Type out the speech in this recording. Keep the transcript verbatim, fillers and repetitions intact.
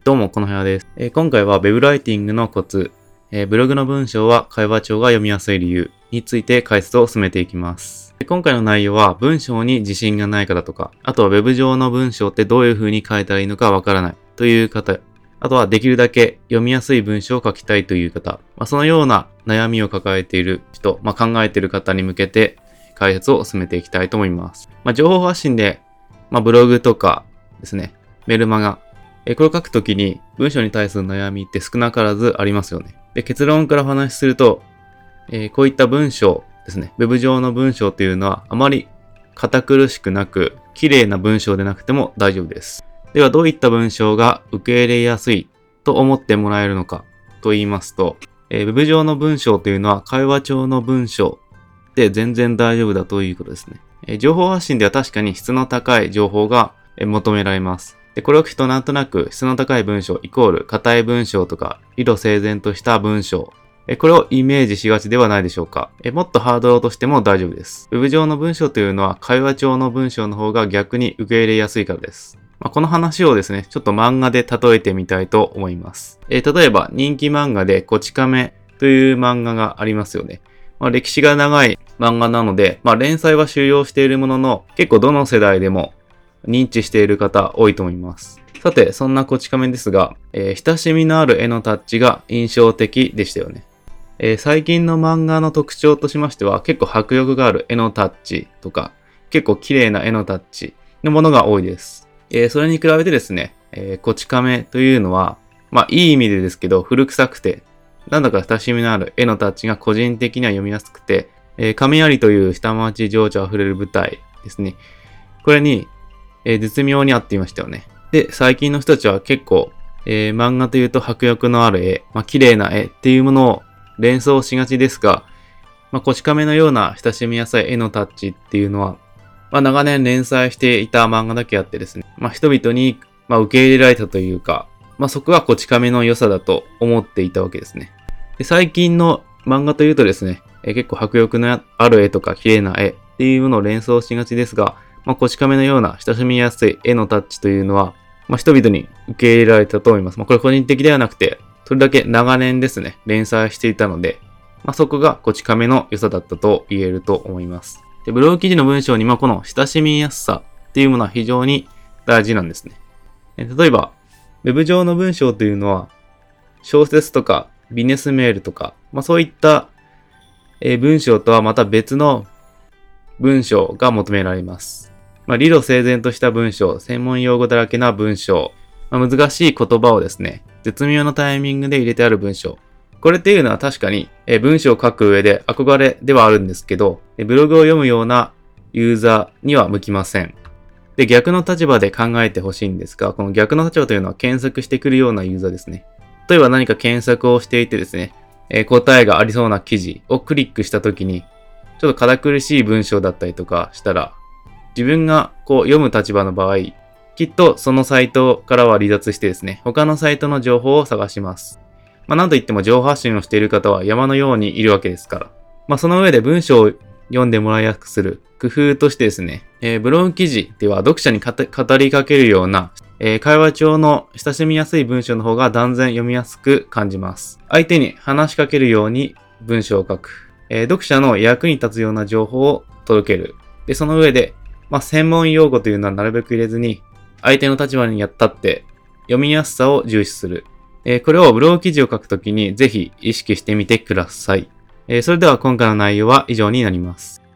どうも、この部屋です。えー今回は Web ライティングのコツ、えーブログの文章は会話帳が読みやすい理由について解説を進めていきます。で今回の内容は文章に自信がない方とか、あとは Web 上の文章ってどういう風に書いたらいいのかわからないという方、あとはできるだけ読みやすい文章を書きたいという方、まあ、そのような悩みを抱えている人、まあ、考えている方に向けて解説を進めていきたいと思います。まあ、情報発信で、まあ、ブログとかですね、メルマガ、えこれを書くときに文章に対する悩みって少なからずありますよね。で、結論からお話しすると、えーこういった文章ですね、Web 上の文章というのはあまり堅苦しくなく、綺麗な文章でなくても大丈夫です。では、どういった文章が受け入れやすいと思ってもらえるのかと言いますと、えー Web 上の文章というのは会話帳の文章で全然大丈夫だということですね。えー情報発信では確かに質の高い情報がえー求められます。で、これを聞くとなんとなく質の高い文章イコール硬い文章とか理路整然とした文章。えこれをイメージしがちではないでしょうか。えもっとハードルを落としても大丈夫です。Web 上の文章というのは会話帳の文章の方が逆に受け入れやすいからです。まあ、この話をですね、ちょっと漫画で例えてみたいと思います。え例えば人気漫画でこち亀という漫画がありますよね。まあ、歴史が長い漫画なので、まあ、連載は終了しているものの、結構どの世代でも認知している方多いと思います。さて、そんなこち亀ですが、えー親しみのある絵のタッチが印象的でしたよね。えー最近の漫画の特徴としましては、結構迫力がある絵のタッチとか、結構綺麗な絵のタッチのものが多いです。えーそれに比べてですね、えーこち亀というのは、まあいい意味でですけど、古臭くて、なんだか親しみのある絵のタッチが個人的には読みやすくて、えー亀有という下町情緒あふれる舞台ですね。これに、えー絶妙に合っていましたよね。で、最近の人たちは結構、えー漫画というと迫力のある絵、まあ、綺麗な絵っていうものを連想しがちですが、まあ、こち亀のような親しみやすい絵のタッチっていうのは、まあ、長年連載していた漫画だけあってですね、まあ、人々に、まあ、受け入れられたというか、まあ、そこがこち亀の良さだと思っていたわけですね。で、最近の漫画というとですね、えー結構迫力のある絵とか綺麗な絵っていうものを連想しがちですが、まあ、こち亀のような親しみやすい絵のタッチというのは、まあ、人々に受け入れられたと思います。まあ、これ個人的ではなくて、それだけ長年ですね、連載していたので、まあ、そこがこち亀の良さだったと言えると思います。で、ブログ記事の文章にもこの親しみやすさっていうものは非常に大事なんですね。え例えば、ウェブ上の文章というのは、小説とかビジネスメールとか、まあ、そういったえー文章とはまた別の文章が求められます。まあ、理路整然とした文章、専門用語だらけな文章、まあ、難しい言葉をですね、絶妙なタイミングで入れてある文章。これっていうのは確かに、えー文章を書く上で憧れではあるんですけど、えーブログを読むようなユーザーには向きません。で、逆の立場で考えてほしいんですが、この逆の立場というのは検索してくるようなユーザーですね。例えば何か検索をしていてですね、えー答えがありそうな記事をクリックしたときに、ちょっと堅苦しい文章だったりとかしたら、自分がこう読む立場の場合、きっとそのサイトからは離脱してですね、他のサイトの情報を探します。まあなんといっても情報発信をしている方は山のようにいるわけですから。まあその上で文章を読んでもらいやすくする工夫としてですね、えーブログ記事では読者にかた語りかけるような、えー会話帳の親しみやすい文章の方が断然読みやすく感じます。相手に話しかけるように文章を書く。えー読者の役に立つような情報を届ける。で、その上で、まあ、専門用語というのはなるべく入れずに、相手の立場に立って読みやすさを重視する。えーこれをブログ記事を書くときにぜひ意識してみてください。えーそれでは今回の内容は以上になります。